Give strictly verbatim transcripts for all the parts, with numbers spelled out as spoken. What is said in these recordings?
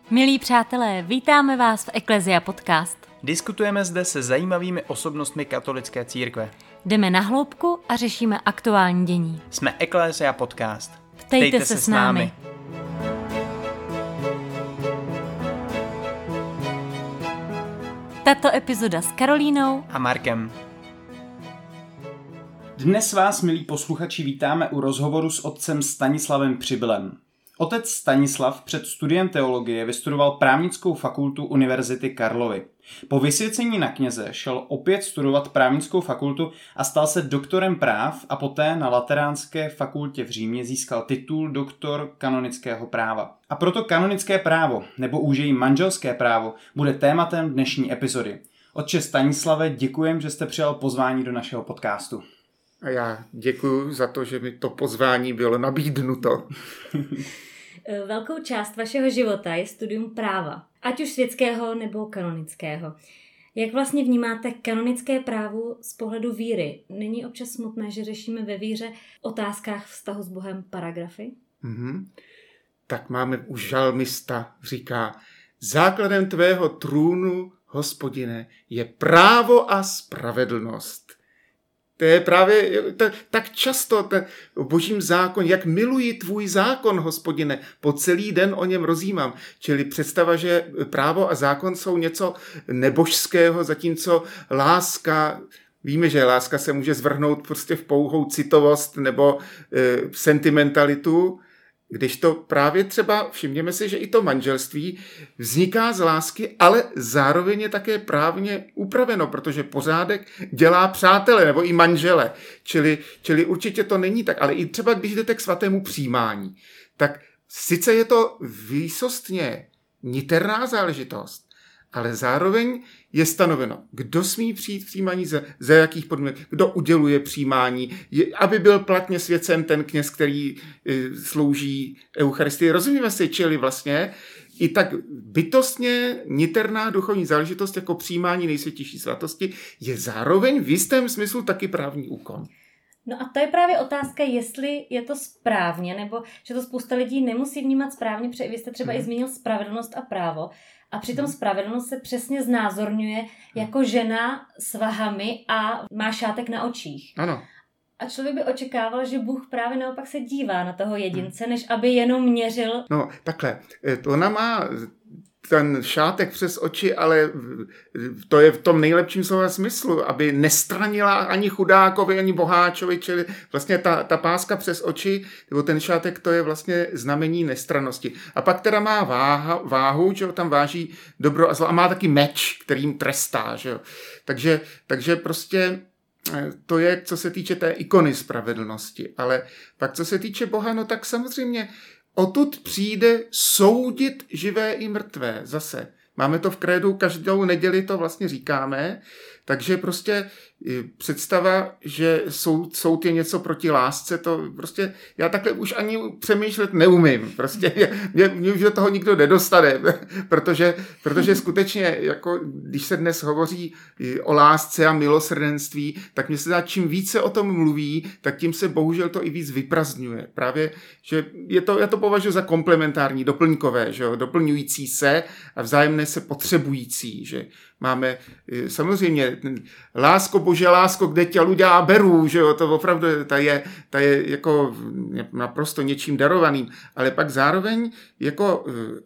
Milí přátelé, vítáme vás v Ecclesia Podcast. Diskutujeme zde se zajímavými osobnostmi katolické církve. Jdeme na hloubku a řešíme aktuální dění. Jsme Ecclesia Podcast. Ptejte, Ptejte se, se s námi. Tato epizoda s Karolínou a Markem. Dnes vás, milí posluchači, vítáme u rozhovoru s otcem Stanislavem Přibylem. Otec Stanislav před studiem teologie vystudoval právnickou fakultu Univerzity Karlovy. Po vysvěcení na kněze šel opět studovat právnickou fakultu a stal se doktorem práv a poté na Lateránské fakultě v Římě získal titul doktor kanonického práva. A proto kanonické právo, nebo úžeji manželské právo, bude tématem dnešní epizody. Otče Stanislave, děkujem, že jste přijal pozvání do našeho podcastu. A já děkuji za to, že mi to pozvání bylo nabídnuto. Velkou část vašeho života je studium práva, ať už světského nebo kanonického. Jak vlastně vnímáte kanonické právo z pohledu víry? Není občas smutné, že řešíme ve víře otázkách vztahu s Bohem paragrafy? Mm-hmm. Tak máme už žalmista, říká, základem tvého trůnu, Hospodine, je právo a spravedlnost. To je právě tak, tak často ten božím zákon, jak miluji tvůj zákon, Hospodine, po celý den o něm rozjímám. Čili představa, že právo a zákon jsou něco nebožského, zatímco láska, víme, že láska se může zvrhnout prostě v pouhou citovost nebo e, sentimentalitu, když to právě třeba, všimněme si, že i to manželství vzniká z lásky, ale zároveň je také právně upraveno, protože pořádek dělá přátele nebo i manžele. Čili, čili určitě to není tak, ale i třeba když jdete k svatému přijímání, tak sice je to výsostně niterná záležitost, ale zároveň je stanoveno, kdo smí přijít přijímání, za, za jakých podmínek, kdo uděluje přijímání, je, aby byl platně svěcen ten kněz, který e, slouží Eucharistii. Rozumíme si, čili vlastně i tak bytostně niterná duchovní záležitost jako přijímání nejsvětější svatosti je zároveň v jistém smyslu taky právní úkon. No a to je právě otázka, jestli je to správně, nebo že to spousta lidí nemusí vnímat správně, protože vy jste třeba hmm. i zmínil spravedlnost a právo. A přitom hmm. spravedlnost se přesně znázorňuje jako žena s vahami a má šátek na očích. Ano. A člověk by očekával, že Bůh právě naopak se dívá na toho jedince, než aby jenom měřil. No, takhle. Ona má ten šátek přes oči, ale to je v tom nejlepším slova smyslu, aby nestranila ani chudákovi, ani boháčovi, čili vlastně ta, ta páska přes oči, nebo ten šátek, to je vlastně znamení nestrannosti. A pak teda má váha, váhu, že jo, tam váží dobro a zlo a má taky meč, kterým trestá, že jo. Takže, takže prostě to je, co se týče té ikony spravedlnosti. Ale pak, co se týče Boha, no tak samozřejmě odtud přijde soudit živé i mrtvé zase. Máme to v krédu, každou neděli to vlastně říkáme, takže prostě představa, že soud, soud je něco proti lásce, to prostě já takhle už ani přemýšlet neumím. Prostě mě, mě už do toho nikdo nedostane, protože, protože skutečně, jako když se dnes hovoří o lásce a milosrdenství, tak mně se dá, čím více o tom mluví, tak tím se bohužel to i víc vyprazdňuje. Právě, že je to, já to považuji za komplementární, doplňkové, že jo, doplňující se a vzájemné se potřebující, že máme samozřejmě lásko, bože lásko, kde tě ľudia berou, že jo, to opravdu ta je, ta je jako naprosto něčím darovaným, ale pak zároveň jako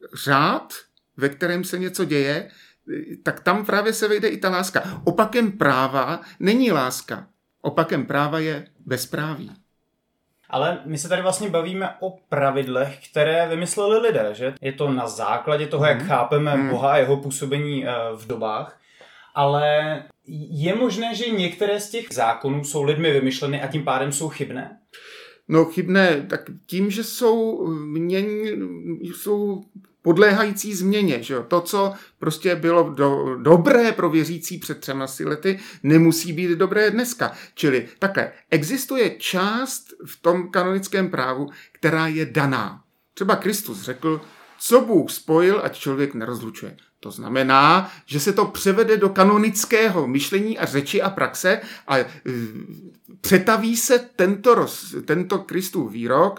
řád, ve kterém se něco děje, tak tam právě se vejde i ta láska. Opakem práva není láska. Opakem práva je bezpráví. Ale my se tady vlastně bavíme o pravidlech, které vymysleli lidé, že? Je to na základě toho, jak chápeme Boha a jeho působení v dobách, ale je možné, že některé z těch zákonů jsou lidmi vymyšleny a tím pádem jsou chybné? No chybné, tak tím, že jsou, měn, jsou podléhající změně. Že jo? To, co prostě bylo do, dobré pro věřící před třema lety, nemusí být dobré dneska. Čili takhle, existuje část v tom kanonickém právu, která je daná. Třeba Kristus řekl, co Bůh spojil, ať člověk nerozlučuje. To znamená, že se to převede do kanonického myšlení a řeči a praxe a e, přetaví se tento, roz, tento Kristův výrok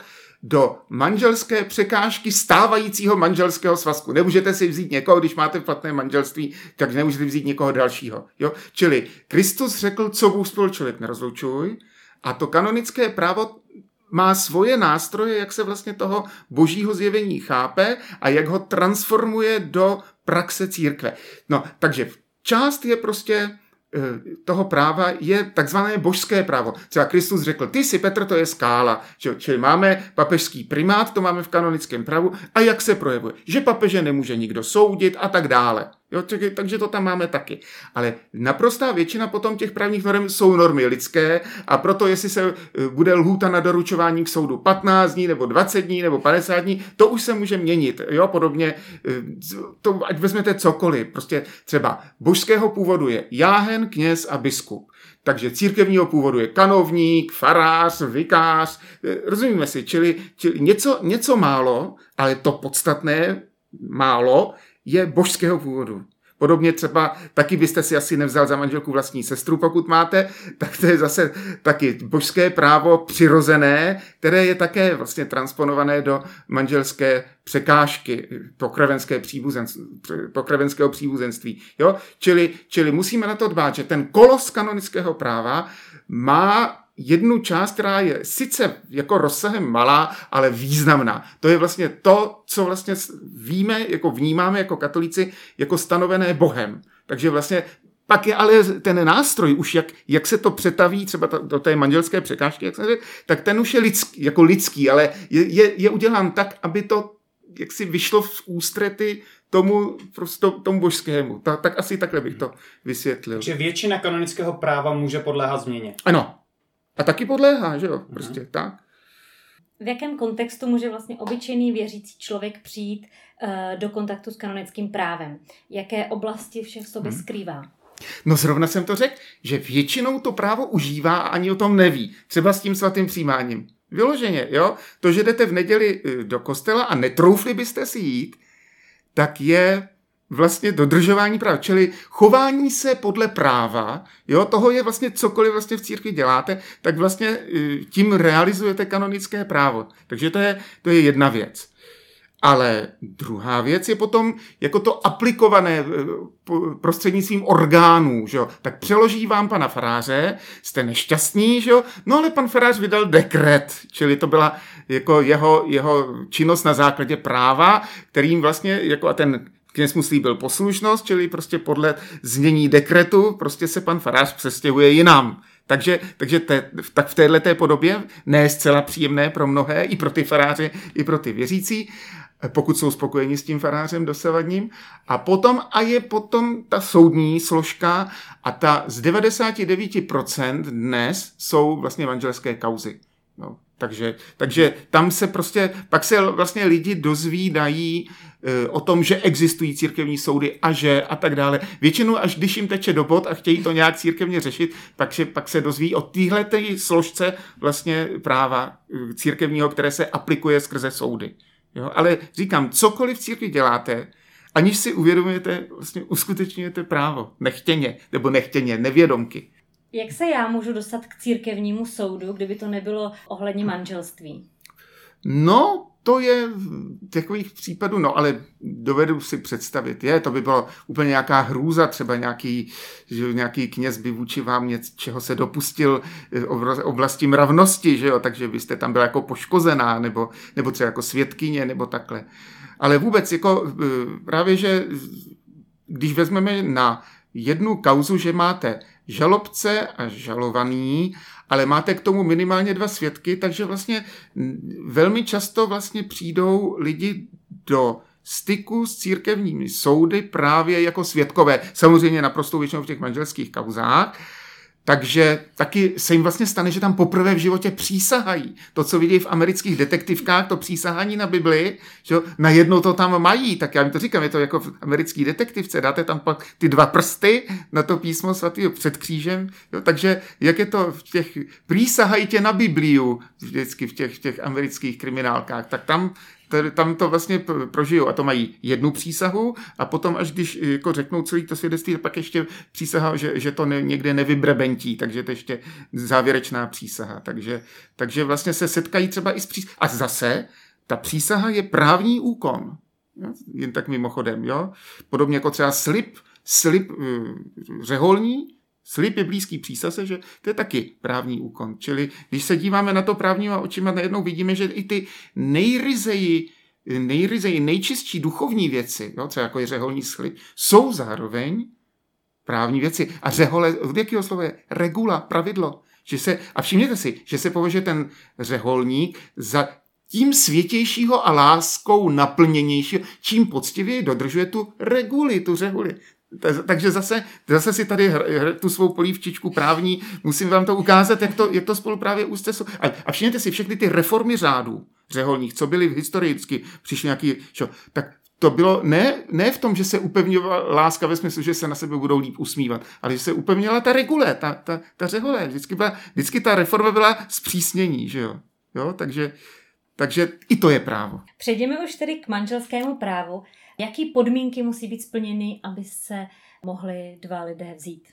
do manželské překážky stávajícího manželského svazku. Nemůžete si vzít někoho, když máte platné manželství, tak nemůžete vzít někoho dalšího. Jo? Čili Kristus řekl, co Bůh spolu člověk nerozlučuj, a to kanonické právo má svoje nástroje, jak se vlastně toho božího zjevení chápe a jak ho transformuje do praxe církve. No, takže část je prostě toho práva je takzvané božské právo. Třeba Kristus řekl, ty jsi Petr, to je skála. Čili máme papežský primát, to máme v kanonickém právu. A jak se projevuje? Že papeže nemůže nikdo soudit a tak dále. Jo, takže to tam máme taky. Ale naprostá většina potom těch právních norm jsou normy lidské a proto, jestli se bude lhůta na doručování k soudu patnáct dní, nebo dvacet dní, nebo padesát dní, to už se může měnit. Jo, podobně, to, ať vezmete cokoliv. Prostě třeba božského původu je jáhen, kněz a biskup. Takže církevního původu je kanovník, farář, vikář. Rozumíme si, čili, čili něco, něco málo, ale to podstatné málo je božského původu. Podobně třeba taky byste si asi nevzal za manželku vlastní sestru, pokud máte, tak to je zase taky božské právo přirozené, které je také vlastně transponované do manželské překážky pokrvenské příbuzenství, pokrvenského příbuzenství. Jo? Čili, čili musíme na to dbát, že ten kolos kanonického práva má jednu část, která je sice jako rozsahem malá, ale významná. To je vlastně to, co vlastně víme, jako vnímáme jako katolíci, jako stanovené Bohem. Takže vlastně pak je ale ten nástroj už, jak, jak se to přetaví třeba do té manželské překážky, jak jsem řekl, tak ten už je lidský, jako lidský, ale je, je, je udělán tak, aby to jak si vyšlo v ústrety tomu, prostě tomu božskému. Ta, tak asi takhle bych to vysvětlil. Takže většina kanonického práva může podléhat změně. Ano. A taky podléhá, že jo? Prostě uh-huh. tak. V jakém kontextu může vlastně obyčejný věřící člověk přijít uh, do kontaktu s kanonickým právem? Jaké oblasti vše v sobě hmm. skrývá? No zrovna jsem to řekl, že většinou to právo užívá a ani o tom neví. Třeba s tím svatým přijímáním. Vyloženě, jo? To, že jdete v neděli do kostela a netroufli byste si jít, tak je vlastně dodržování práva, čili chování se podle práva, jo, toho je vlastně cokoliv vlastně v církvi děláte, tak vlastně tím realizujete kanonické právo. Takže to je, to je jedna věc. Ale druhá věc je potom jako to aplikované prostřednictvím orgánů, že jo. Tak přeloží vám pana faráře, jste nešťastní, že jo, no ale pan farář vydal dekret, čili to byla jako jeho, jeho činnost na základě práva, kterým vlastně jako a ten kněz mu slíbil poslušnost, čili prostě podle znění dekretu prostě se pan farář přestěhuje jinam. Takže, takže te, tak v téhleté podobě ne zcela příjemné pro mnohé, i pro ty faráře, i pro ty věřící, pokud jsou spokojeni s tím farářem dosavadním. A potom, a je potom ta soudní složka a ta z devadesát devět procent dnes jsou vlastně manželské kauzy. No, takže, takže tam se prostě, pak se vlastně lidi dozvídají e, o tom, že existují církevní soudy a že a tak dále. Většinou, až když jim teče do bod a chtějí to nějak církevně řešit, pak se, pak se dozví o téhleté složce vlastně práva církevního, které se aplikuje skrze soudy. Jo? Ale říkám, cokoliv v církvi děláte, aniž si uvědomujete, vlastně uskutečňujete právo. Nechtěně, nebo nechtěně, nevědomky. Jak se já můžu dostat k církevnímu soudu, kdyby to nebylo ohledně manželství? No, to je takových případů, no ale dovedu si představit, je, to by bylo úplně nějaká hrůza, třeba nějaký, že nějaký kněz by vůči vám něčeho se dopustil oblasti mravnosti, že jo, takže byste tam byla jako poškozená, nebo, nebo třeba jako svědkyně, nebo takhle. Ale vůbec, jako právě, že když vezmeme na jednu kauzu, že máte žalobce a žalovaný, ale máte k tomu minimálně dva svědky, takže vlastně velmi často vlastně přijdou lidi do styku s církevními soudy právě jako svědkové. Samozřejmě naprosto většinou v těch manželských kauzách. Takže taky se jim vlastně stane, že tam poprvé v životě přísahají. To, co vidí v amerických detektivkách, to přísahání na Bibli, že najednou to tam mají. Tak já mi to říkám, je to jako v americký detektivce. Dáte tam pak ty dva prsty na to písmo svatého před křížem. Jo, takže jak je to v těch přísahajtě na Bibliu, vždycky v těch, v těch amerických kriminálkách, tak tam tam to vlastně prožijou a to mají jednu přísahu a potom, až když jako řeknou celý to svědectví, pak ještě přísaha, že, že to ne, někde nevybrebentí, takže to ještě závěrečná přísaha. Takže, takže vlastně se setkají třeba i s přísahou. A zase ta přísaha je právní úkon. Jo? Jen tak mimochodem. Jo? Podobně jako třeba slib, slib uh, řeholní, slib je blízký přísaze, že to je taky právní úkon. Čili když se díváme na to právníma očima, najednou vidíme, že i ty nejryzeji, nejryzeji nejčistší duchovní věci, jo, třeba jako je řeholní slib, jsou zároveň právní věci. A řehole, od jakého slova je? Regula, pravidlo. Že se, a všimněte si, že se považuje ten řeholník za tím světějšího a láskou naplněnějšího, čím poctivěji dodržuje tu reguli, tu řehuli. Takže zase, zase si tady hr, tu svou polívčičku právní, musím vám to ukázat, jak to, jak to spolu právě úzce jsou. A, a všimněte si, všechny ty reformy řádů řeholních, co byly v historii, vždycky přišly nějaký, čo, tak to bylo ne, ne v tom, že se upevňovala láska ve smyslu, že se na sebe budou líp usmívat, ale že se upevnila ta regule, ta, ta, ta řehole. Vždycky, byla, vždycky ta reforma byla zpřísnění, že jo. jo? Takže, takže i to je právo. Přejdeme už tedy k manželskému právu. Jaký podmínky musí být splněny, aby se mohli dva lidé vzít?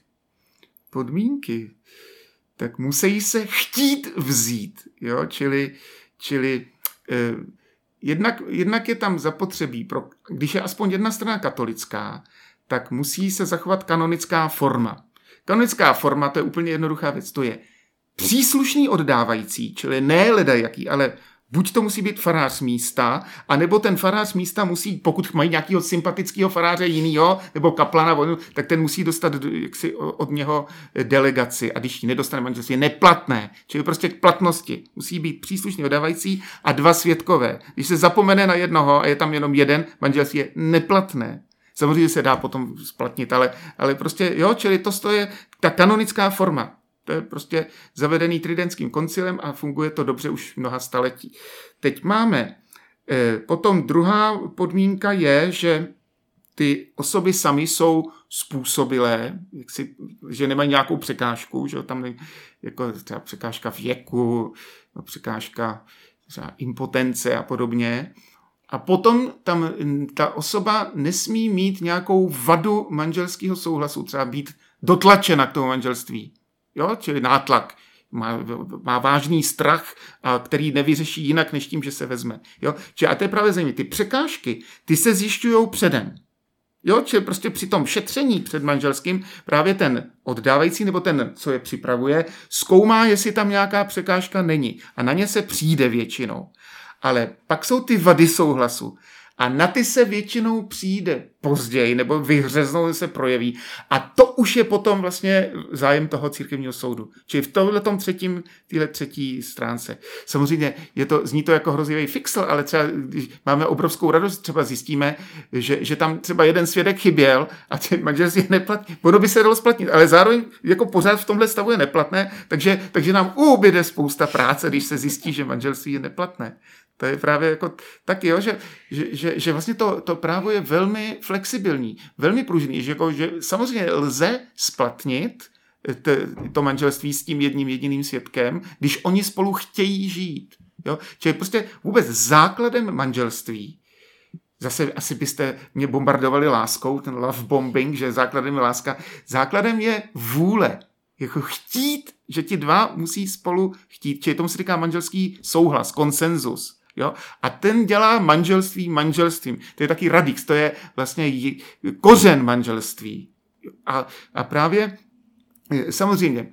Podmínky? Tak musí se chtít vzít, jo, čili, čili eh, jednak, jednak je tam zapotřebí, pro, když je aspoň jedna strana katolická, tak musí se zachovat kanonická forma. Kanonická forma, to je úplně jednoduchá věc, to je příslušný oddávající, čili ne ledajaký, ale buď to musí být farář z místa, anebo ten farář z místa musí, pokud mají nějakého sympatického faráře jinýho, nebo kaplana, tak ten musí dostat jaksi od něho delegaci. A když ji nedostane manželství, je neplatné. Čili prostě k platnosti musí být příslušný oddávající a dva svědkové. Když se zapomene na jednoho a je tam jenom jeden, manželství je neplatné. Samozřejmě se dá potom splatnit, ale, ale prostě jo, čili to je ta kanonická forma. To je prostě zavedený tridentským koncilem a funguje to dobře už mnoha staletí. Teď máme, eh, potom druhá podmínka je, že ty osoby sami jsou způsobilé, jak si, že nemají nějakou překážku, že tam je jako třeba překážka věku, překážka třeba impotence a podobně. A potom tam ta osoba nesmí mít nějakou vadu manželského souhlasu, třeba být dotlačena k tomu manželství. Jo, čili nátlak, má, má vážný strach, a který nevyřeší jinak, než tím, že se vezme. Jo, čili, a to je právě zajímavé. Ty překážky, ty se zjišťujou předem. Jo, čili prostě při tom šetření před manželským právě ten oddávající nebo ten, co je připravuje, zkoumá, jestli tam nějaká překážka není. A na ně se přijde většinou. Ale pak jsou ty vady souhlasu. A na ty se většinou přijde později, nebo vyhřeznou se projeví. A to už je potom vlastně zájem toho církevního soudu. Čili v tomhletom třetím, téhle třetí stránce. Samozřejmě je to, zní to jako hrozivý fixl, ale třeba když máme obrovskou radost, třeba zjistíme, že, že tam třeba jeden svědek chyběl a ten manželství je neplatný. Ono by se dalo splatnit, ale zároveň jako pořád v tomhle stavu je neplatné, takže, takže nám ubyde spousta práce, když se zjistí, že manželství je neplatné. To je právě jako taky, jo, že, že, že, že vlastně to, to právo je velmi flexibilní, velmi pružný, že, jako, že samozřejmě lze splatnit to, to manželství s tím jedním jediným svědkem, když oni spolu chtějí žít. Jo? Čili prostě vůbec základem manželství, zase asi byste mě bombardovali láskou, ten love bombing, že základem je láska, základem je vůle. Jako chtít, že ti dva musí spolu chtít, čili tomu se říká manželský souhlas, konsenzus. Jo? A ten dělá manželství manželstvím. To je taky radix, to je vlastně kořen manželství. A, a právě samozřejmě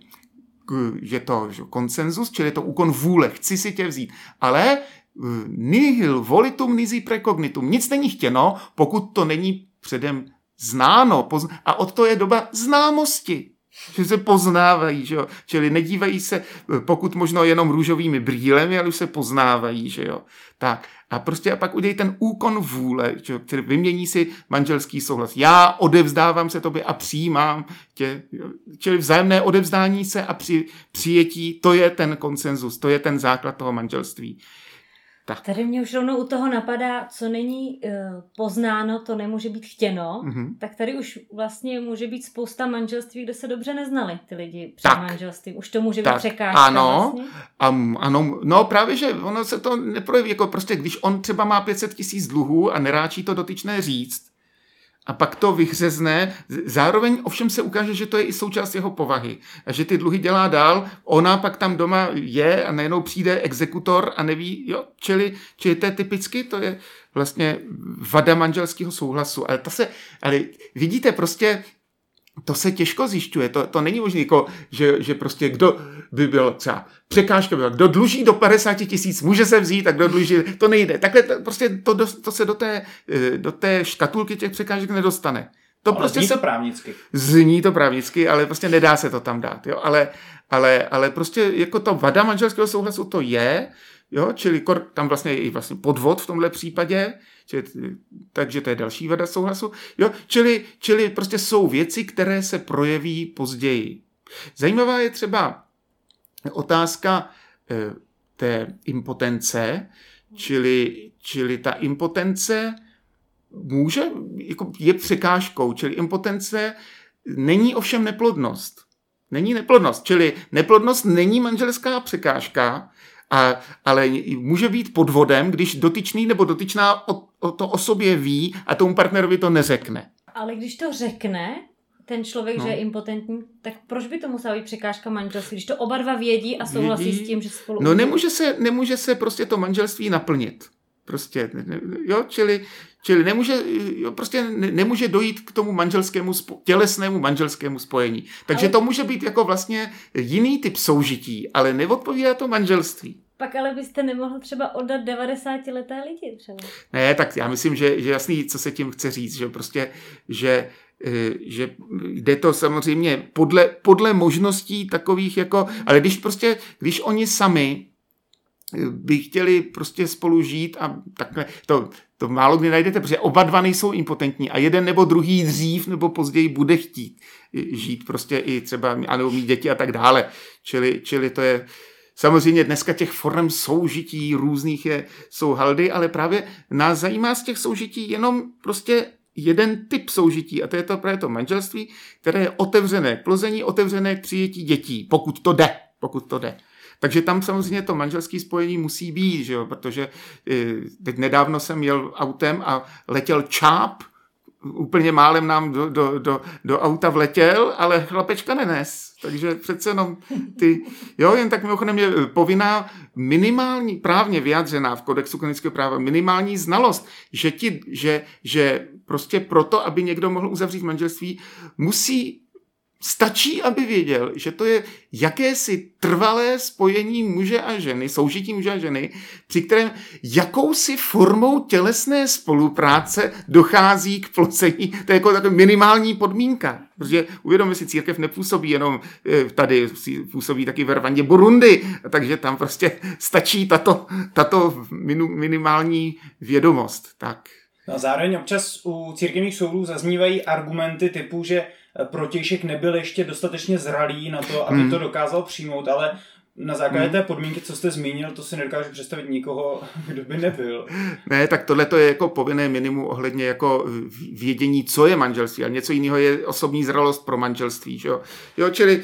je to konsenzus, čili je to úkon vůle, chci si tě vzít. Ale nihil volitum nisi precognitum. Nic není chtěno, pokud to není předem znáno. A od toho je doba známosti. Že se poznávají, že jo. Čili nedívají se, pokud možno jenom růžovými brýlemi, ale už se poznávají, že jo. Tak. A prostě a pak udělej ten úkon vůle, že jo, který vymění si manželský souhlas. Já odevzdávám se tobě a přijímám tě. Čili vzájemné odevzdání se a při, přijetí, to je ten konsenzus, to je ten základ toho manželství. Tak. Tady mě už rovnou u toho napadá, co není uh, poznáno, to nemůže být chtěno, mm-hmm. tak tady už vlastně může být spousta manželství, kde se dobře neznali ty lidi před tak. manželstvím. Už to může tak. být překážka ano, vlastně. Um, ano, no právě, že ono se to neprojeví, jako prostě když on třeba má pět set tisíc dluhů a neráčí to dotyčné říct, a pak to vyhřezne, zároveň ovšem se ukáže, že to je i součást jeho povahy a že ty dluhy dělá dál, ona pak tam doma je a najednou přijde exekutor a neví, jo, čili, čili to je typicky, to je vlastně vada manželského souhlasu, ale to se, ale vidíte, prostě to se těžko zjišťuje, to, to není možné, jako, že, že prostě kdo by byl třeba překážka, byla, kdo dluží do padesát tisíc, může se vzít a kdo dluží, to nejde. Takhle to, prostě to, to se do té, do té škatulky těch překážek nedostane. To ale prostě zní se, to právnicky. Zní to právnicky, ale prostě nedá se to tam dát. Jo? Ale, ale, ale prostě jako to vada manželského souhlasu to je, jo? Čili tam vlastně je i vlastně podvod v tomhle případě, čili, takže to je další vada souhlasu. Jo? Čili, čili prostě jsou věci, které se projeví později. Zajímavá je třeba otázka e, té impotence, čili, čili ta impotence může, jako je překážkou, čili impotence není ovšem neplodnost. Není neplodnost, čili neplodnost není manželská překážka, a, ale může být podvodem, když dotyčný nebo dotyčná o, o to o sobě ví a tomu partnerovi to neřekne. Ale když to řekne ten člověk, no. že je impotentní, tak proč by to musela být překážka manželství, když to oba dva vědí a souhlasí vědí. S tím, že spolu... No nemůže se, nemůže se prostě to manželství naplnit. Prostě, jo, čili, čili nemůže, jo, prostě ne, nemůže dojít k tomu manželskému, tělesnému manželskému spojení. Takže ale... to může být jako vlastně jiný typ soužití, ale neodpovídá to manželství. Pak ale byste nemohl třeba oddat devadesátileté lidi třeba. Ne, tak já myslím, že, že jasný, co se tím chce říct, že prostě, že že jde to samozřejmě podle, podle možností takových jako, ale když prostě, když oni sami by chtěli prostě spolu žít a takhle, to, to málo kdy najdete, protože oba dva nejsou impotentní a jeden nebo druhý dřív nebo později bude chtít žít prostě i třeba, ano, mít děti a tak dále. Čili, čili to je samozřejmě dneska těch forem soužití různých je, jsou haldy, ale právě nás zajímá z těch soužití jenom prostě jeden typ soužití a to je to právě to manželství, které je otevřené k plození, otevřené k přijetí dětí, pokud to jde, pokud to jde. Takže tam samozřejmě to manželské spojení musí být, že jo? Protože teď nedávno jsem jel autem a letěl čáp, úplně málem nám do, do, do, do auta vletěl, ale chlapečka nenes. Takže přece jenom ty, jo, jen tak mimochodem je povinná minimální, právně vyjádřená v kodexu kanonického práva, minimální znalost, že, ti, že, že prostě proto, aby někdo mohl uzavřít manželství, musí stačí, aby věděl, že to je jakési trvalé spojení muže a ženy, soužití muže a ženy, při kterém jakousi formou tělesné spolupráce dochází k plození. To je jako taková minimální podmínka. Protože uvědomme si, církev nepůsobí jenom tady, působí taky ve Rwandě Burundi, takže tam prostě stačí tato, tato minimální vědomost. Tak. No a zároveň občas u církevních soudů zaznívají argumenty typu, že protějšek nebyl ještě dostatečně zralý na to, aby hmm. to dokázal přijmout, ale na základě hmm. té podmínky, co jste zmínil, to si nedokážu představit nikoho, kdo by nebyl. Ne, tak tohle to je jako povinné minimum ohledně jako vědění, co je manželství, ale něco jiného je osobní zralost pro manželství. Že jo? Jo, čili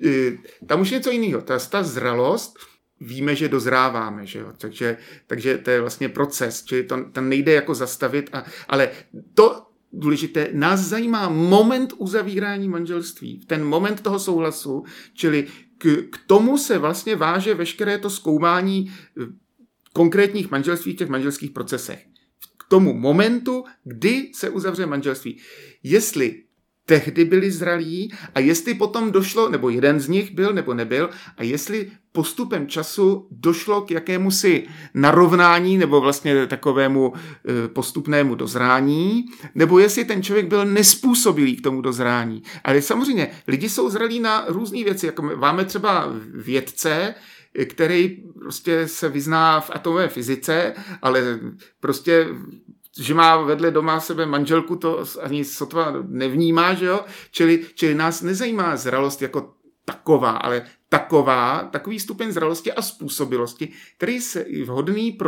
tam už něco jiného. Ta, ta zralost, víme, že dozráváme, že jo? Takže, takže to je vlastně proces, čili to, to nejde jako zastavit, a, ale to důležité, nás zajímá moment uzavírání manželství, ten moment toho souhlasu, čili k, k tomu se vlastně váže veškeré to zkoumání konkrétních manželství v těch manželských procesech. K tomu momentu, kdy se uzavře manželství. Jestli tehdy byli zralí a jestli potom došlo, nebo jeden z nich byl, nebo nebyl, a jestli postupem času došlo k jakémusi narovnání nebo vlastně takovému postupnému dozrání, nebo jestli ten člověk byl nespůsobilý k tomu dozrání. Ale samozřejmě lidi jsou zralí na různé věci, jako máme třeba vědce, který prostě se vyzná v atomové fyzice, ale prostě že má vedle doma sebe manželku, to ani sotva nevnímá, že jo? Čili, čili nás nezajímá zralost jako taková, ale taková, takový stupeň zralosti a způsobilosti, který je vhodný pro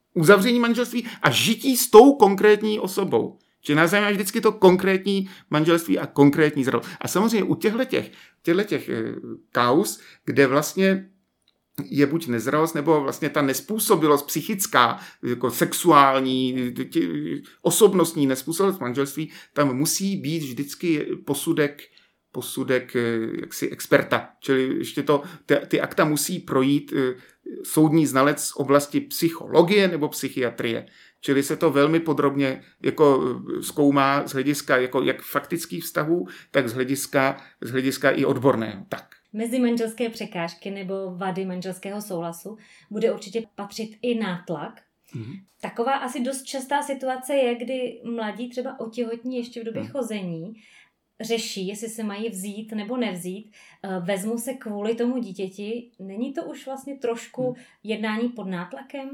uzavření manželství a žití s tou konkrétní osobou. Čili nás zajímá vždycky to konkrétní manželství a konkrétní zralost. A samozřejmě u těchto těch, těch kauz, kde vlastně je buď nezralost, nebo vlastně ta nespůsobilost psychická, jako sexuální, osobnostní nespůsobilost manželství, tam musí být vždycky posudek, posudek jaksi experta. Čili ještě to, ty, ty akta musí projít soudní znalec z oblasti psychologie nebo psychiatrie. Čili se to velmi podrobně jako zkoumá z hlediska jako jak faktických vztahů, tak z hlediska, z hlediska i odborného. Tak. Mezi manželské překážky nebo vady manželského souhlasu bude určitě patřit i nátlak. Mm-hmm. Taková asi dost častá situace je, kdy mladí třeba otěhotní ještě v době mm. chození řeší, jestli se mají vzít nebo nevzít, vezmu se kvůli tomu dítěti. Není to už vlastně trošku jednání pod nátlakem?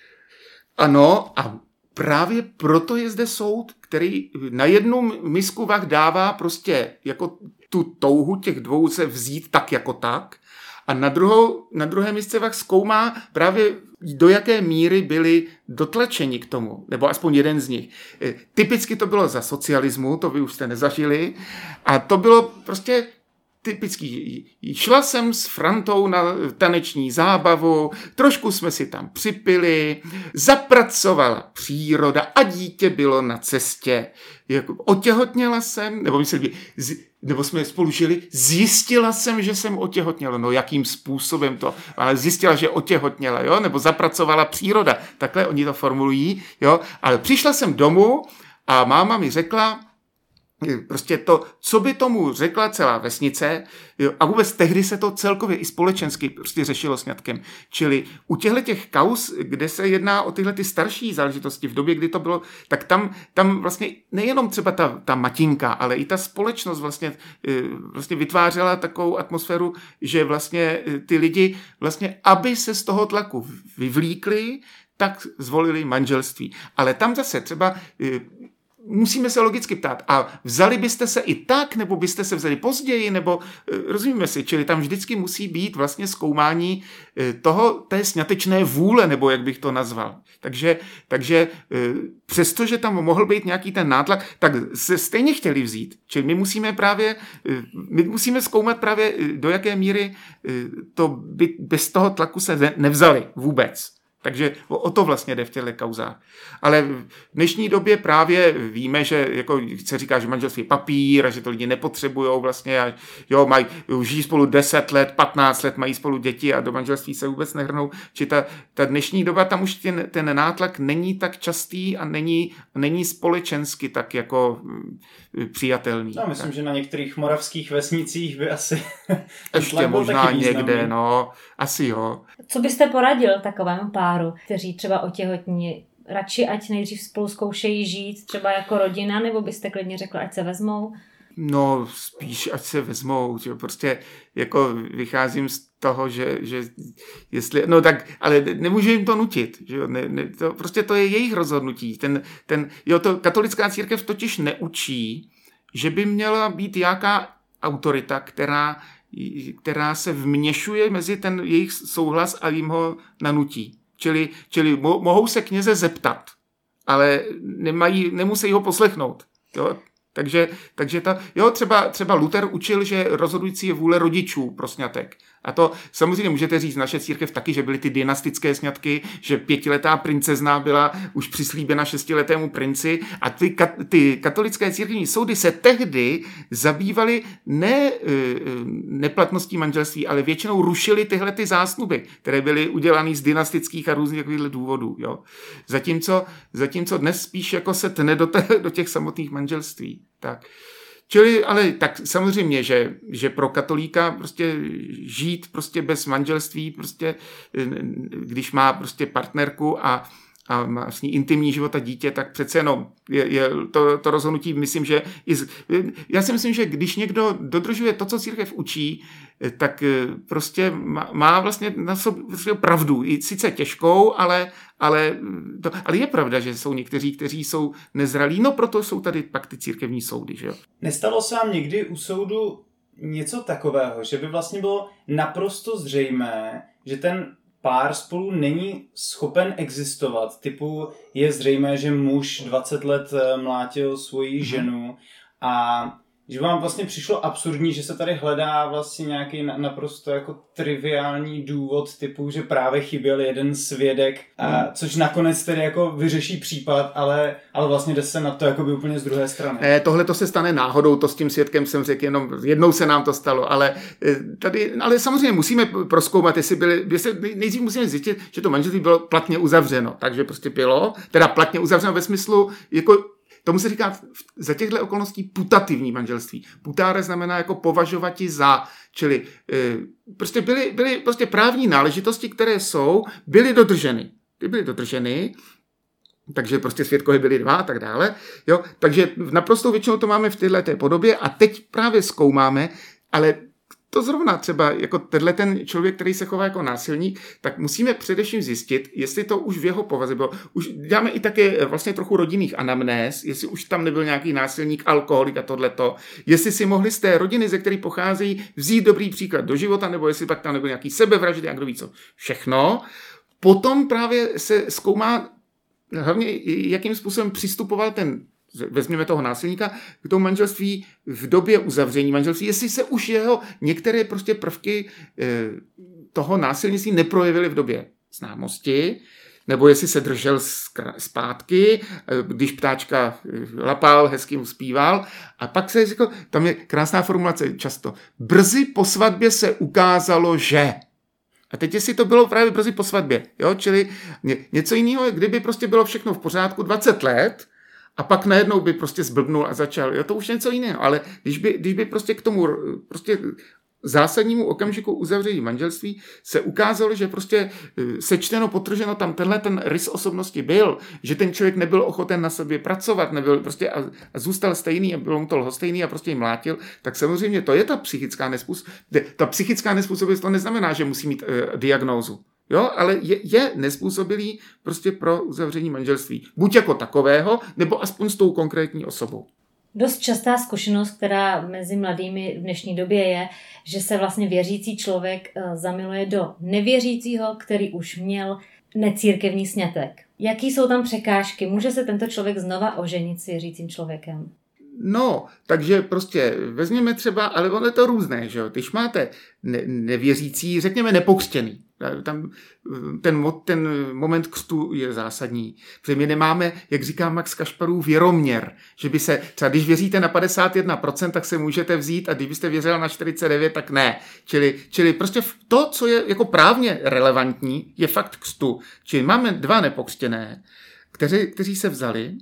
Ano, a právě proto je zde soud, který na jednu misku vah dává prostě jako tu touhu těch dvou se vzít tak jako tak a na, druhou, na druhé misce vah zkoumá právě do jaké míry byli dotlačeni k tomu, nebo aspoň jeden z nich. Typicky to bylo za socialismu, to vy už jste nezažili, a to bylo prostě typický. Šla jsem s Frantou na taneční zábavu, trošku jsme si tam připili, zapracovala příroda a dítě bylo na cestě. Jako, otěhotněla jsem, nebo, myslím, nebo jsme spolu žili, zjistila jsem, že jsem otěhotněla. No jakým způsobem to? Ale zjistila, že otěhotněla, jo? Nebo zapracovala příroda. Takhle oni to formulují, jo? Ale přišla jsem domů a máma mi řekla, prostě to, co by tomu řekla celá vesnice, jo, a vůbec tehdy se to celkově i společensky prostě řešilo sňatkem. Čili u těchto těch kauz, kde se jedná o tyhle ty starší záležitosti v době, kdy to bylo, tak tam, tam vlastně nejenom třeba ta, ta matinka, ale i ta společnost vlastně, vlastně vytvářela takovou atmosféru, že vlastně ty lidi vlastně, aby se z toho tlaku vyvlíkli, tak zvolili manželství. Ale tam zase třeba musíme se logicky ptát, a vzali byste se i tak, nebo byste se vzali později, nebo rozumíme si, čili tam vždycky musí být vlastně zkoumání toho, té sňatečné vůle, nebo jak bych to nazval. Takže, takže přestože tam mohl být nějaký ten nátlak, tak se stejně chtěli vzít. Čili my musíme právě, my musíme zkoumat právě, do jaké míry to by bez toho tlaku se nevzali vůbec. Takže o to vlastně jde v těchto kauzách. Ale v dnešní době právě víme, že jako se říká, že manželství je papír a že to lidi nepotřebujou vlastně a jo, mají, žijí spolu deset let, patnáct let, mají spolu děti a do manželství se vůbec nehrnou. Či ta, ta dnešní doba, tam už ten, ten nátlak není tak častý a není, není společensky tak jako přijatelný. No, myslím, tak. Že na některých moravských vesnicích by asi ještě možná někde, no, asi jo. Co byste poradil takovému páru, kteří třeba otěhotní, radši ať nejdřív spolu zkoušejí žít třeba jako rodina, nebo byste klidně řekl, ať se vezmou? No, spíš ať se vezmou, že prostě jako vycházím z toho, že, že jestli, no tak, ale nemůžu jim to nutit, že jo, ne, ne, to, prostě to je jejich rozhodnutí, ten, ten, jo, to katolická církev totiž neučí, že by měla být nějaká autorita, která, která se vměšuje mezi ten jejich souhlas a jim ho nanutí. Čili, čili mo, mohou se kněze zeptat, ale nemají, nemusí ho poslechnout, jo. Takže, takže ta, jo, třeba, třeba Luther učil, že rozhodující je vůle rodičů pro sňatek. A to samozřejmě můžete říct, naše církev taky, že byly ty dynastické sňatky, že pětiletá princezna byla už přislíbena šestiletému princi a ty, ty katolické církevní soudy se tehdy zabývaly ne neplatností manželství, ale většinou rušily tyhle ty zásnuby, které byly udělané z dynastických a různých takových důvodů. Jo. Zatímco, zatímco dnes spíš jako se tne do, te, do těch samotných manželství. Tak. Čili, ale tak samozřejmě, že, že pro katolíka prostě žít prostě bez manželství, prostě, když má prostě partnerku a, a má s ní intimní život a dítě, tak přece jenom je, je to, to rozhodnutí, myslím, že i z, já si myslím, že když někdo dodržuje to, co církev učí, tak prostě má, má vlastně na sobě pravdu, i sice těžkou, ale, ale, to, ale je pravda, že jsou někteří, kteří jsou nezralí, no proto jsou tady pak ty církevní soudy, že jo. Nestalo se vám někdy u soudu něco takového, že by vlastně bylo naprosto zřejmé, že ten pár spolu není schopen existovat. Typu je zřejmé, že muž dvacet let mlátil svoji ženu a že vám vlastně přišlo absurdní, že se tady hledá vlastně nějaký naprosto jako triviální důvod typu, že právě chyběl jeden svědek, a, což nakonec tedy jako vyřeší případ, ale, ale vlastně jde se na to jako by úplně z druhé strany. Ne, tohle to se stane náhodou, to s tím svědkem jsem řekl, jenom jednou se nám to stalo, ale tady, ale samozřejmě musíme prozkoumat, jestli byly, jestli nejdřív musíme zjistit, že to manželství bylo platně uzavřeno, takže prostě bylo, teda platně uzavřeno ve smyslu, jako tomu se říká za těchto okolností putativní manželství. Putáre znamená jako považovati za, čili e, prostě byly, byly prostě právní náležitosti, které jsou, byly dodrženy. Ty byly dodrženy, takže prostě svědkovi byli dva a tak dále. Jo? Takže naprosto většinou to máme v této podobě a teď právě zkoumáme, ale to zrovna třeba jako tenhle ten člověk, který se chová jako násilník, tak musíme především zjistit, jestli to už v jeho povaze bylo. Už děláme i také vlastně trochu rodinných anamnéz, jestli už tam nebyl nějaký násilník, alkoholik a tohleto, jestli si mohli z té rodiny, ze které pocházejí, vzít dobrý příklad do života, nebo jestli pak tam nebyl nějaký sebevraždy a kdo ví co. Všechno. Potom právě se zkoumá hlavně, jakým způsobem přistupoval ten, vezměme toho násilníka, k tomu manželství v době uzavření manželství, jestli se už jeho některé prostě prvky e, toho násilnictví neprojevily v době známosti, nebo jestli se držel zpátky, když ptáčka lapal, hezky mu zpíval. A pak se řekl, tam je krásná formulace často, brzy po svatbě se ukázalo, že... A teď jestli to bylo právě brzy po svatbě, jo? Čili něco jiného, kdyby prostě bylo všechno v pořádku dvacet let, a pak najednou by prostě zblbnul a začal. Jo, to už něco jiného, ale když by, když by prostě k tomu prostě zásadnímu okamžiku uzavření manželství se ukázalo, že prostě sečteno, potrženo tam tenhle ten rys osobnosti byl, že ten člověk nebyl ochoten na sobě pracovat, nebyl prostě a, a zůstal stejný a bylo mu to lhostejný a prostě jim mlátil, tak samozřejmě to je ta psychická nespůsobilost. Ta psychická nespůsobilost to neznamená, že musí mít uh, diagnózu. Jo, ale je, je nespůsobilý prostě pro uzavření manželství. Buď jako takového, nebo aspoň s tou konkrétní osobou. Dost častá zkušenost, která mezi mladými v dnešní době je, že se vlastně věřící člověk zamiluje do nevěřícího, který už měl necírkevní sňatek. Jaký jsou tam překážky? Může se tento člověk znova oženit s věřícím člověkem? No, takže prostě vezměme třeba, ale ono je to různé, že jo, když máte ne, nevěřící, řekněme nepokřtěný, tam ten, ten moment křtu je zásadní, protože my nemáme, jak říká Max Kašparův, věroměr, že by se, třeba když věříte na padesát jedna procent, tak se můžete vzít a kdybyste věřil na čtyřicet devět, tak ne. Čili, čili prostě to, co je jako právně relevantní, je fakt křtu. Čili máme dva nepokřtěné, kteří, kteří se vzali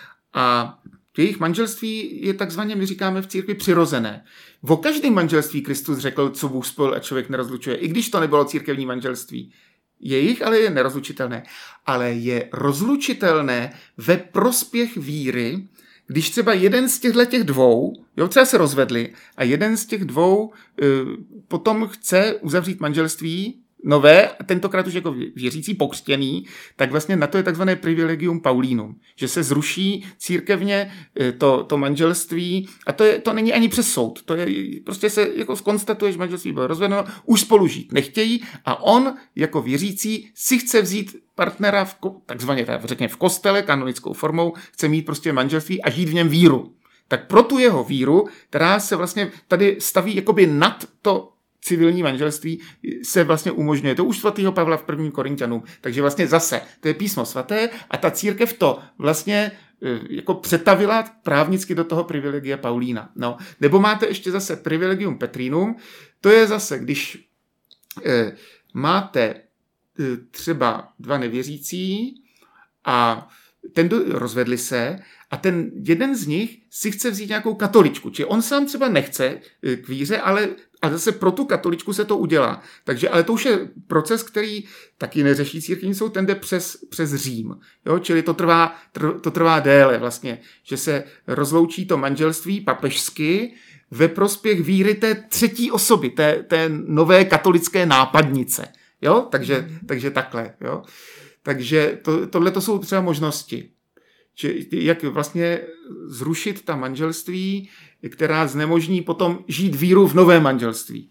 a jejich manželství je takzvaně, my říkáme v církvi, přirozené. O každém manželství Kristus řekl, co Bůh spojil a člověk nerozlučuje, i když to nebylo církevní manželství. Jejich ale je nerozlučitelné. Ale je rozlučitelné ve prospěch víry, když třeba jeden z těchto těch dvou, jo, třeba se rozvedli, a jeden z těch dvou e, potom chce uzavřít manželství nové, a tentokrát už jako věřící pokřtěný, tak vlastně na to je takzvané privilegium Paulínum, že se zruší církevně to, to manželství a to, je, to není ani přes soud, to je, prostě se jako zkonstatuje, že manželství bylo rozvedeno, už spolu žít nechtějí a on jako věřící si chce vzít partnera v, takzvaně řekněme v kostele, kanonickou formou, chce mít prostě manželství a žít v něm víru. Tak pro tu jeho víru, která se vlastně tady staví jakoby nad to civilní manželství, se vlastně umožňuje. To už svatého Pavla v prvním Korinťanům. Takže vlastně zase, to je písmo svaté a ta církev to vlastně jako přetavila právnicky do toho privilegia Paulína. No. Nebo máte ještě zase privilegium Petrínum, to je zase, když eh, máte eh, třeba dva nevěřící a ten do, rozvedli se a ten jeden z nich si chce vzít nějakou katoličku. Či on sám třeba nechce k víře, ale a zase pro tu katoličku se to udělá. Takže, ale to už je proces, který taky neřeší církevní soud, ten jde přes, přes Řím. Jo? Čili to trvá, tr, to trvá déle vlastně, že se rozloučí to manželství papežsky ve prospěch víry té třetí osoby, té, té nové katolické nápadnice. Jo? Takže, takže takhle. Jo? Takže to, tohle to jsou třeba možnosti. Že jak vlastně zrušit ta manželství, která znemožní potom žít víru v novém manželství.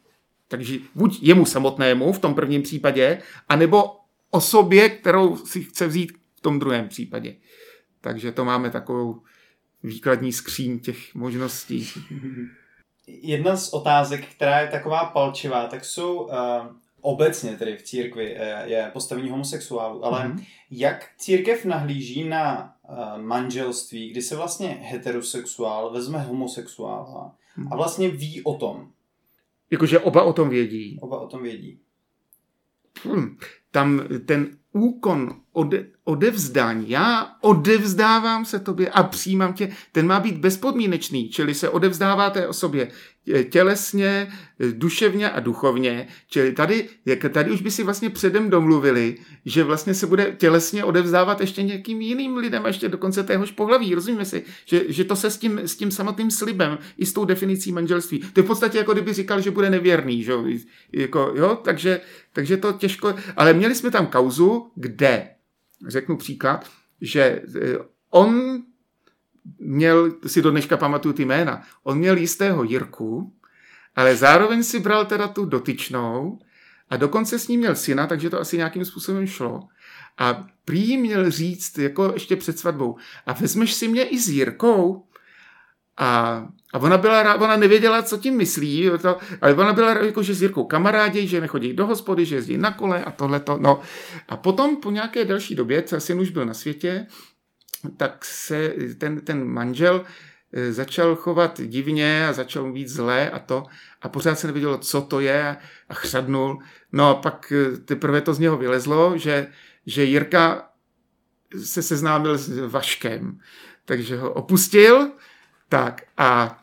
Takže buď jemu samotnému v tom prvním případě, anebo osobě, kterou si chce vzít v tom druhém případě. Takže to máme takovou výkladní skříň těch možností. Jedna z otázek, která je taková palčivá, tak jsou uh, obecně tedy v církvi uh, je postavení homosexuálů, ale mm-hmm. jak církev nahlíží na uh, manželství, kdy se vlastně heterosexuál vezme homosexuála mm-hmm. a vlastně ví o tom. Jakože oba o tom vědí. Oba o tom vědí. Hmm. Tam ten úkon ode, odevzdání, já odevzdávám se tobě a přijímám tě, ten má být bezpodmínečný, čili se odevzdává té osobě tělesně, duševně a duchovně, čili tady, tady už by si vlastně předem domluvili, že vlastně se bude tělesně odevzdávat ještě nějakým jiným lidem a ještě dokonce téhož pohlaví, rozumíme si, že, že to se s tím, s tím samotným slibem i s tou definicí manželství, to je v podstatě jako kdyby říkal, že bude nevěrný, že? Jako, jo? Takže, takže to těžko, ale měli jsme tam kauzu, kde, řeknu příklad, že on měl, si do dneška pamatuju ty jména, on měl jistého Jirku, ale zároveň si bral teda tu dotyčnou a dokonce s ním měl syna, takže to asi nějakým způsobem šlo. A prý měl říct, jako ještě před svatbou, a vezmeš si mě i s Jirkou? A, a ona, byla, ona nevěděla, co tím myslí, to, ale ona byla jako, že s Jirkou kamarádi, že nechodí do hospody, že jezdí na kole a tohleto. No. A potom po nějaké delší době, co syn už byl na světě, tak se ten, ten manžel začal chovat divně a začal být zlé a to a pořád se nevědělo, co to je a chřadnul. No a pak teprve to z něho vylezlo, že, že Jirka se seznámil s Vaškem, takže ho opustil, tak a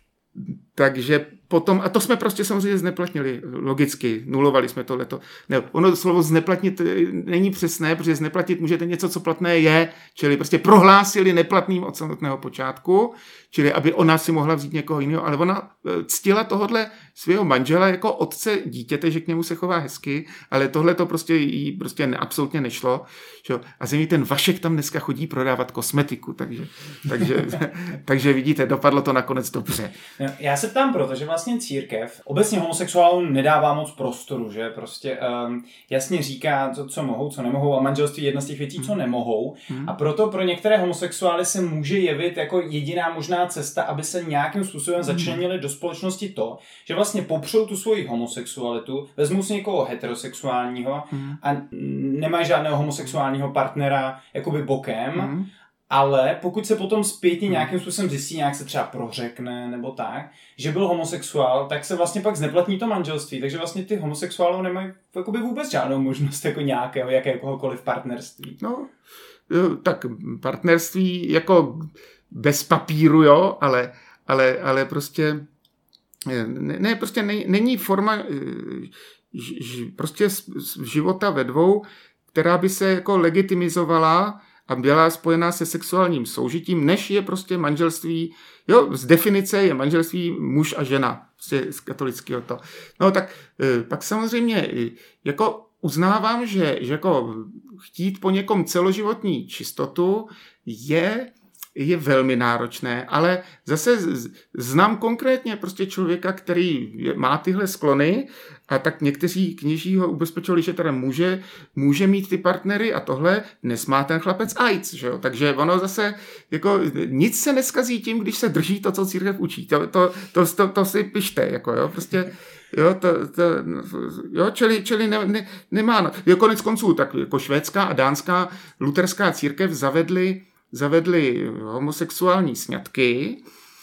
takže potom, a to jsme prostě samozřejmě zneplatnili, logicky, nulovali jsme tohleto. Ne, ono slovo zneplatnit není přesné, protože zneplatit můžete něco, co platné je, čili prostě prohlásili neplatným od samotného počátku, čili aby ona si mohla vzít někoho jiného, ale ona ctila tohodle svého manžela jako otce dítěte, že k němu se chová hezky, ale tohle to prostě jí prostě ne, absolutně nešlo. Že? A zřejmě ten Vašek tam dneska chodí prodávat kosmetiku, takže, takže, takže vidíte, dopadlo to nakonec dobře. Já se ptám proto, že vlastně církev obecně homosexuálům nedává moc prostoru, že prostě um, jasně říká, to, co mohou, co nemohou a manželství je jedna z těch věcí, co nemohou a proto pro některé homosexuály se může jevit jako jediná možná cesta, aby se nějakým způsobem začlenili do společnosti to, že vlastně popřou tu svoji homosexualitu, vezmou si někoho heterosexuálního a nemají žádného homosexuálního partnera jakoby bokem, ale pokud se potom zpětně nějakým způsobem zjistí, nějak se třeba prořekne nebo tak, že byl homosexuál, tak se vlastně pak zneplatní to manželství, takže vlastně ty homosexuálové nemají jakoby vůbec žádnou možnost jako nějakého, jakéhokoliv partnerství. No, tak partnerství jako bez papíru, jo, ale, ale, ale prostě ne, ne prostě ne, není forma ž, prostě života ve dvou, která by se jako legitimizovala a byla spojená se sexuálním soužitím, než je prostě manželství, jo, z definice je manželství muž a žena, prostě z katolického to. No tak pak samozřejmě jako uznávám, že, že jako chtít po někom celoživotní čistotu je je velmi náročné, ale zase znám konkrétně prostě člověka, který má tyhle sklony a tak někteří kněží ho ubezpečovali, že teda může, může mít ty partnery a tohle dnes má ten chlapec AIDS, že jo? Takže ono zase jako nic se neskazí tím, když se drží to, co církev učí. To, to, to, to, to si pište, jako jo, prostě jo, to, to, jo, čili, čili ne, ne, nemá, jo, konec konců, tak jako švédská a dánská luterská církev zavedly zavedli homosexuální sňatky.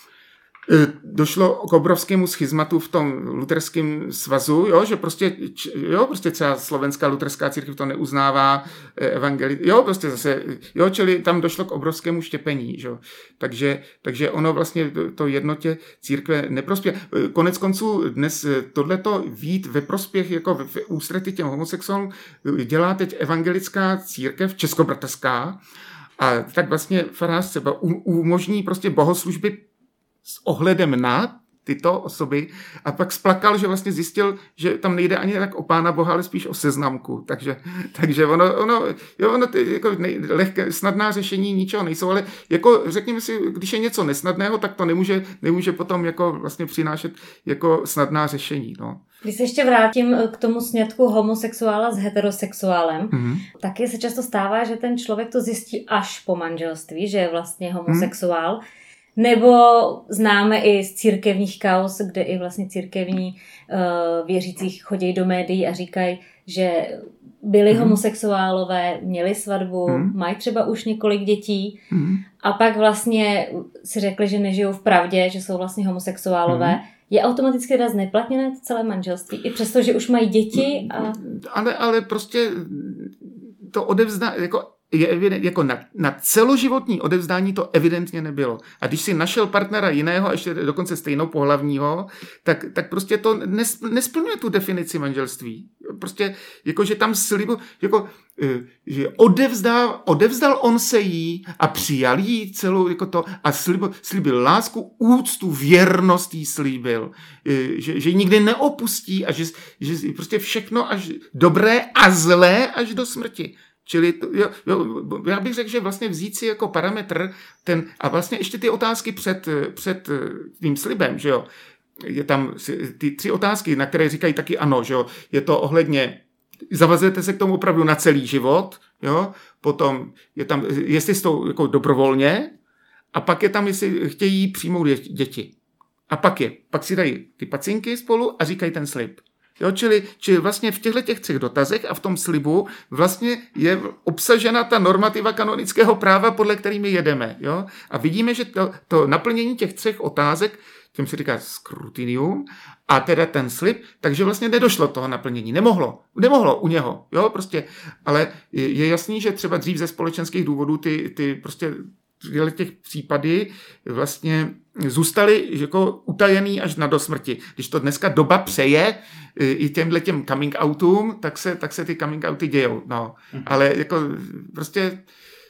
Došlo k obrovskému schizmatu v tom luterském svazu, jo, že prostě, jo, prostě třeba slovenská luterská církev to neuznává, evangeli, jo, prostě zase, jo, čili tam došlo k obrovskému štěpení, jo. Takže, takže ono vlastně to, to jednotě církve neprospěje. Konec konců dnes tohleto vít ve prospěch, jako v, v ústrety těm homosexuálům dělá teď evangelická církev, českobratrská. A tak vlastně farář třeba umožní prostě bohoslužby s ohledem na tyto osoby a pak splakal, že vlastně zjistil, že tam nejde ani tak o Pána Boha, ale spíš o seznamku. Takže, takže ono, ono, jo, ono ty, jako nej, lehké, snadná řešení ničeho nejsou, ale jako řekněme si, když je něco nesnadného, tak to nemůže, nemůže potom jako vlastně přinášet jako snadná řešení. No. Když se ještě vrátím k tomu sňatku homosexuála s heterosexuálem, mm-hmm. taky se často stává, že ten člověk to zjistí až po manželství, že je vlastně homosexuál. Mm-hmm. Nebo známe i z církevních kauz, kde i vlastně církevní uh, věřící chodí do médií a říkají, že byli mm. homosexuálové, měli svatbu, mm. mají třeba už několik dětí mm. a pak vlastně si řekli, že nežijou v pravdě, že jsou vlastně homosexuálové. Mm. Je automaticky teda zneplatněné to celé manželství, i přesto, že už mají děti? A... Ale, ale prostě to odevzdá, jako je evident, jako na, na celoživotní odevzdání to evidentně nebylo. A když si našel partnera jiného, a ještě dokonce stejnopohlavního, tak, tak prostě to nes, nesplňuje tu definici manželství. Prostě, jako, že tam slibu, jako, že odevzdal, odevzdal on se jí a přijal jí celou, jako to, a slibil, slibil lásku, úctu, věrnost jí slíbil, že, že ji nikdy neopustí a že, že prostě všechno až dobré a zlé až do smrti. Čili to, jo, jo, já bych řekl, že vlastně vzít si jako parametr ten, a vlastně ještě ty otázky před, před tím slibem, že jo, je tam ty tři otázky, na které říkají taky ano, že jo, je to ohledně, zavazujete se k tomu opravdu na celý život, jo, potom je tam, jestli jsou jako dobrovolně, a pak je tam, jestli chtějí přijmout děti. A pak je, pak si dají ty pacinky spolu a říkají ten slib. Jo, čili, čili vlastně v těchto těch třech dotazech a v tom slibu vlastně je obsažena ta normativa kanonického práva, podle kterými jedeme. Jo? A vidíme, že to, to naplnění těch třech otázek, tím se říká skrutinium, a teda ten slib, takže vlastně nedošlo toho naplnění. Nemohlo. Nemohlo u něho. Jo, prostě. Ale je, je jasný, že třeba dřív ze společenských důvodů ty, ty prostě těch případy vlastně zůstaly jako utajený až na dosmrti. Když to dneska doba přeje i těmhle těm coming outům, tak se, tak se ty coming outy dějou. No. Mm-hmm. Ale jako prostě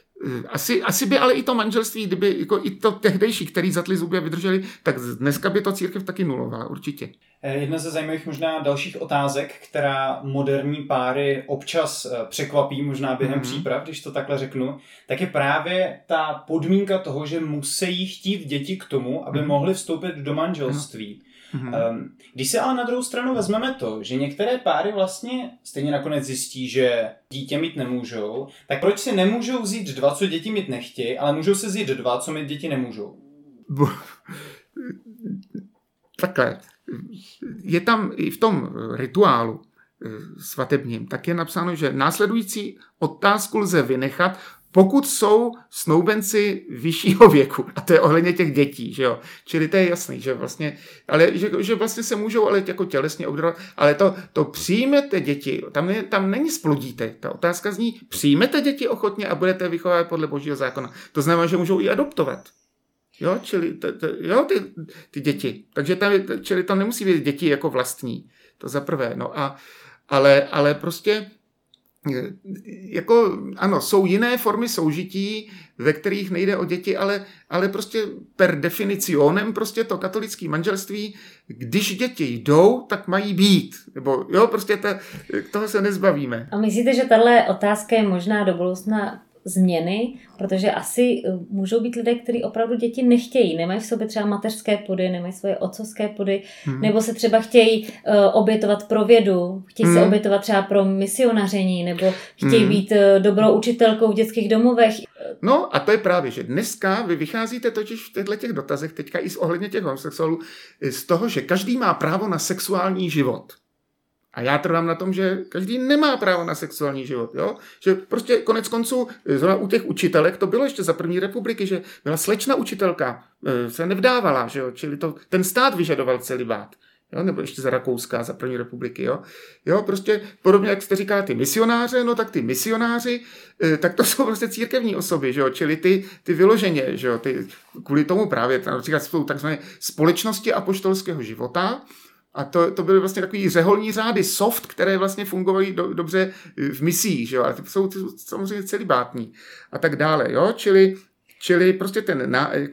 asi, asi by ale i to manželství, kdyby jako i to tehdejší, který zatli zuby a vydrželi, tak dneska by to církev taky nulovala, určitě. Jedna ze zajímavých možná dalších otázek, která moderní páry občas překvapí, možná během mm-hmm. příprav, když to takhle řeknu, tak je právě ta podmínka toho, že musí chtít děti k tomu, aby mm-hmm. mohli vstoupit do manželství. Mm-hmm. Když se ale na druhou stranu vezmeme to, že některé páry vlastně stejně nakonec zjistí, že dítě mít nemůžou, tak proč si nemůžou vzít dva, co děti mít nechtějí, ale můžou si vzít dva, co mít děti nemůžou? Takhle. Je tam i v tom rituálu svatebním, tak je napsáno, že následující otázku lze vynechat, pokud jsou snoubenci vyššího věku, a to je ohledně těch dětí, že jo. Čili to je jasný, že vlastně, ale že, že vlastně se můžou ale jako tělesně obdarovat, ale to, to přijmete děti, tam, je, tam není splodíte. Ta otázka zní, přijmete děti ochotně a budete vychovávat podle božího zákona. To znamená, že můžou i adoptovat. Jo, čili to, to, jo, ty, ty děti. Takže tam, čili tam nemusí být děti jako vlastní. To za prvé. No a, ale, ale prostě jako, ano, jsou jiné formy soužití, ve kterých nejde o děti, ale, ale prostě per definicionem prostě to katolické manželství, když děti jdou, tak mají být. Nebo jo, prostě ta, toho se nezbavíme. A myslíte, že tahle otázka je možná do budoucna změny, protože asi můžou být lidé, kteří opravdu děti nechtějí, nemají v sobě třeba mateřské pudy, nemají svoje otcovské pudy, hmm. nebo se třeba chtějí uh, obětovat pro vědu, chtějí hmm. se obětovat třeba pro misionaření, nebo chtějí hmm. být uh, dobrou učitelkou v dětských domovech. No a to je právě, že dneska vy vycházíte totiž v těchto těch dotazech, teďka i z ohledně těch homosexuálů, z toho, že každý má právo na sexuální život. A já trvám na tom, že každý nemá právo na sexuální život. Jo? Že prostě konec konců u těch učitelek to bylo ještě za první republiky, že byla slečna učitelka, se nevdávala, že jo? Čili to, ten stát vyžadoval celibát. Jo? Nebo ještě za Rakouska, za první republiky. Jo? Jo, prostě podobně, jak jste říkala, ty misionáře, no tak ty misionáři, tak to jsou prostě církevní osoby, že jo? Čili ty, ty vyloženě, že jo? Ty, kvůli tomu právě, například jsou takzvané společnosti apoštolského života. A to, to byly vlastně takový řeholní řády soft, které vlastně fungovaly do, dobře v misích, že jo, ale ty jsou ty samozřejmě celibátní a tak dále, jo, čili, čili prostě ten, na, jako,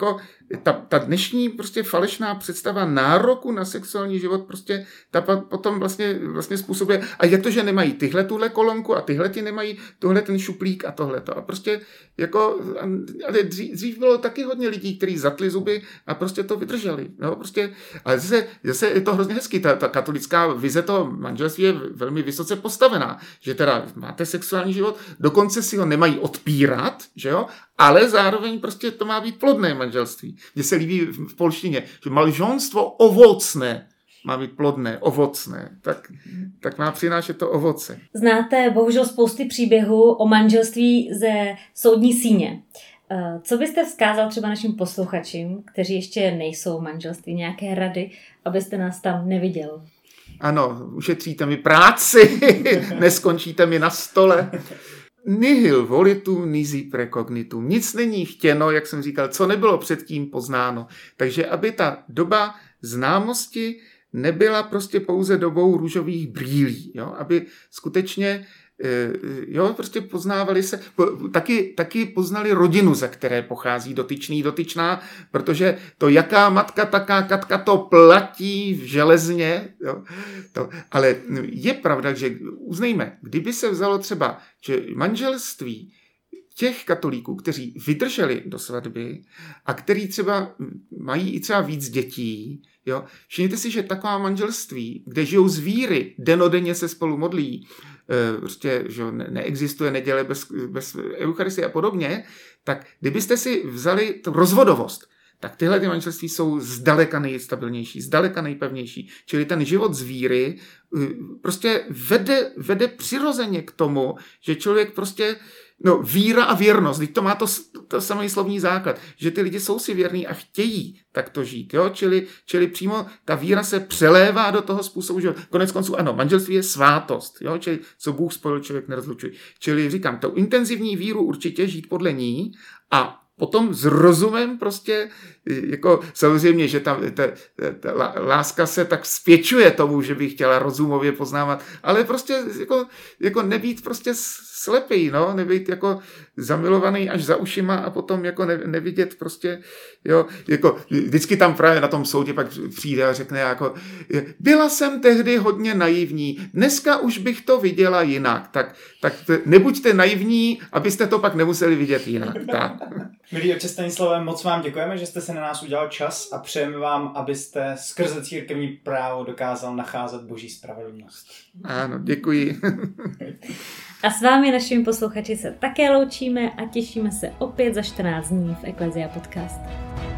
ta, ta dnešní prostě falešná představa nároku na sexuální život prostě ta potom vlastně, vlastně způsobuje, a jak to, že nemají tyhle tuhle kolonku a tyhle ti nemají tohle ten šuplík a tohleto. A prostě jako, ale dřív, dřív bylo taky hodně lidí, kteří zatli zuby a prostě to vydrželi. No, prostě, ale zase, zase je to hrozně hezký. Ta, ta katolická vize toho manželství je velmi vysoce postavená, že teda máte sexuální život, dokonce si ho nemají odpírat, že jo, ale zároveň prostě to má být plodné manželství. Mně se líbí v polštině, že manželství ovocné má být plodné, ovocné, tak, tak má přinášet to ovoce. Znáte bohužel spousty příběhů o manželství ze soudní síně. Co byste vzkázal třeba našim posluchačům, kteří ještě nejsou v manželství, nějaké rady, abyste nás tam neviděl? Ano, ušetříte mi práci, neskončíte mi na stole. Nihil volitum nisi precognitum. Nic není chtěno, jak jsem říkal, co nebylo předtím poznáno. Takže aby ta doba známosti nebyla prostě pouze dobou růžových brýlí, jo? Aby skutečně jo, prostě poznávali se, taky, taky poznali rodinu, ze které pochází dotyčný, dotyčná, protože to jaká matka, taká Katka, to platí v železně, jo? To, ale je pravda, že uznejme, kdyby se vzalo třeba, že manželství těch katolíků, kteří vydrželi do svatby a který třeba mají i třeba víc dětí, jo, všimněte si, že taková manželství, kde žijou z víry, denodenně se spolu modlí, prostě, že neexistuje neděle bez, bez eucharistie a podobně, tak kdybyste si vzali tu rozvodovost, tak tyhle ty manželství jsou zdaleka nejstabilnější, zdaleka nejpevnější. Čili ten život z víry prostě vede, vede přirozeně k tomu, že člověk prostě, no víra a věrnost, teď to má to, to samý slovní základ, že ty lidi jsou si věrní a chtějí takto žít, jo, čili, čili přímo ta víra se přelévá do toho způsobu, že konec konců ano, manželství je svátost, jo, čili co Bůh spojil, člověk nerozlučuje. Čili říkám, tou intenzivní víru určitě žít podle ní a potom s rozumem prostě, jako samozřejmě, že ta, ta, ta láska se tak spěčuje tomu, že by chtěla rozumově poznávat, ale prostě jako, jako nebýt prostě slepý, no, nebýt jako zamilovaný až za ušima a potom jako ne, nevidět prostě, jo, jako vždycky tam právě na tom soudě pak přijde a řekne jako, byla jsem tehdy hodně naivní, dneska už bych to viděla jinak, tak, tak nebuďte naivní, abyste to pak nemuseli vidět jinak, tak. Milí otče Stanislave, moc vám děkujeme, že jste se na nás udělal čas a přejeme vám, abyste skrze církevní právo dokázal nacházet boží spravedlnost. Ano, děkuji. A s vámi, našimi posluchači, se také loučíme a těšíme se opět za čtrnáct dní v Ecclesia Podcast.